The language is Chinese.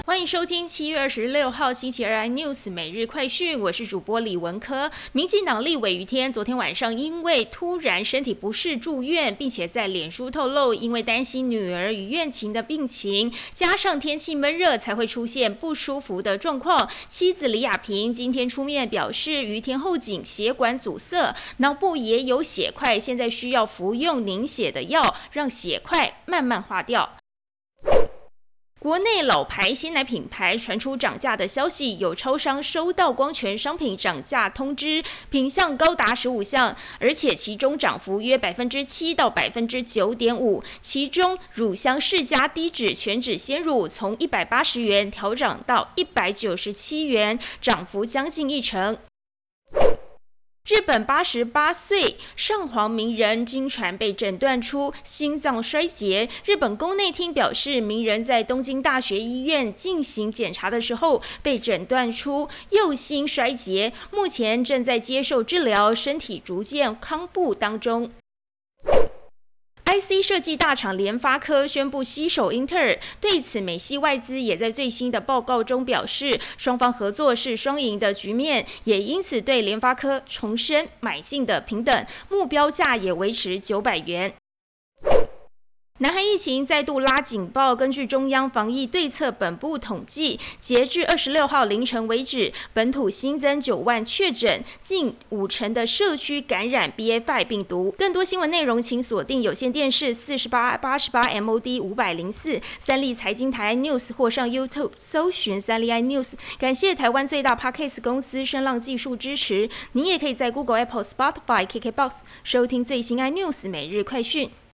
欢迎收听7月26号星期二 iNews 每日快讯，我是主播李文科。民进党立委于天昨天晚上因为突然身体不适住院，并且在脸书透露，因为担心女儿与院情的病情，加上天气闷热，才会出现不舒服的状况。妻子李亚萍今天出面表示，于天后颈血管阻塞，脑部也有血块，现在需要服用凝血的药，让血块慢慢化掉。国内老牌鲜奶品牌传出涨价的消息，有超商收到光泉商品涨价通知，品项高达15项，而且其中涨幅约7%到9.5%。其中乳香世家低脂全脂鲜乳从180元调涨到197元，涨幅将近1成。日本88岁上皇名人经传被诊断出心脏衰竭。日本宫内厅表示，名人在东京大学医院进行检查的时候，被诊断出右心衰竭，目前正在接受治疗，身体逐渐康复当中。IC 设计大厂联发科宣布携手英特尔，对此美系外资也在最新的报告中表示，双方合作是双赢的局面，也因此对联发科重申买进的平等，目标价也维持900元。南韩疫情再度拉警报，根据中央防疫对策本部统计，截至26号凌晨为止，本土新增9万确诊，近50%的社区感染 BA.5 病毒。更多新闻内容，请锁定有线电视4888MOD 504三立财经台 iNews 或上 YouTube 搜寻三立 iNews。感谢台湾最大 Podcast 公司声浪技术支持。您也可以在 Google、Apple、Spotify、KKBox 收听最新 iNews 每日快讯。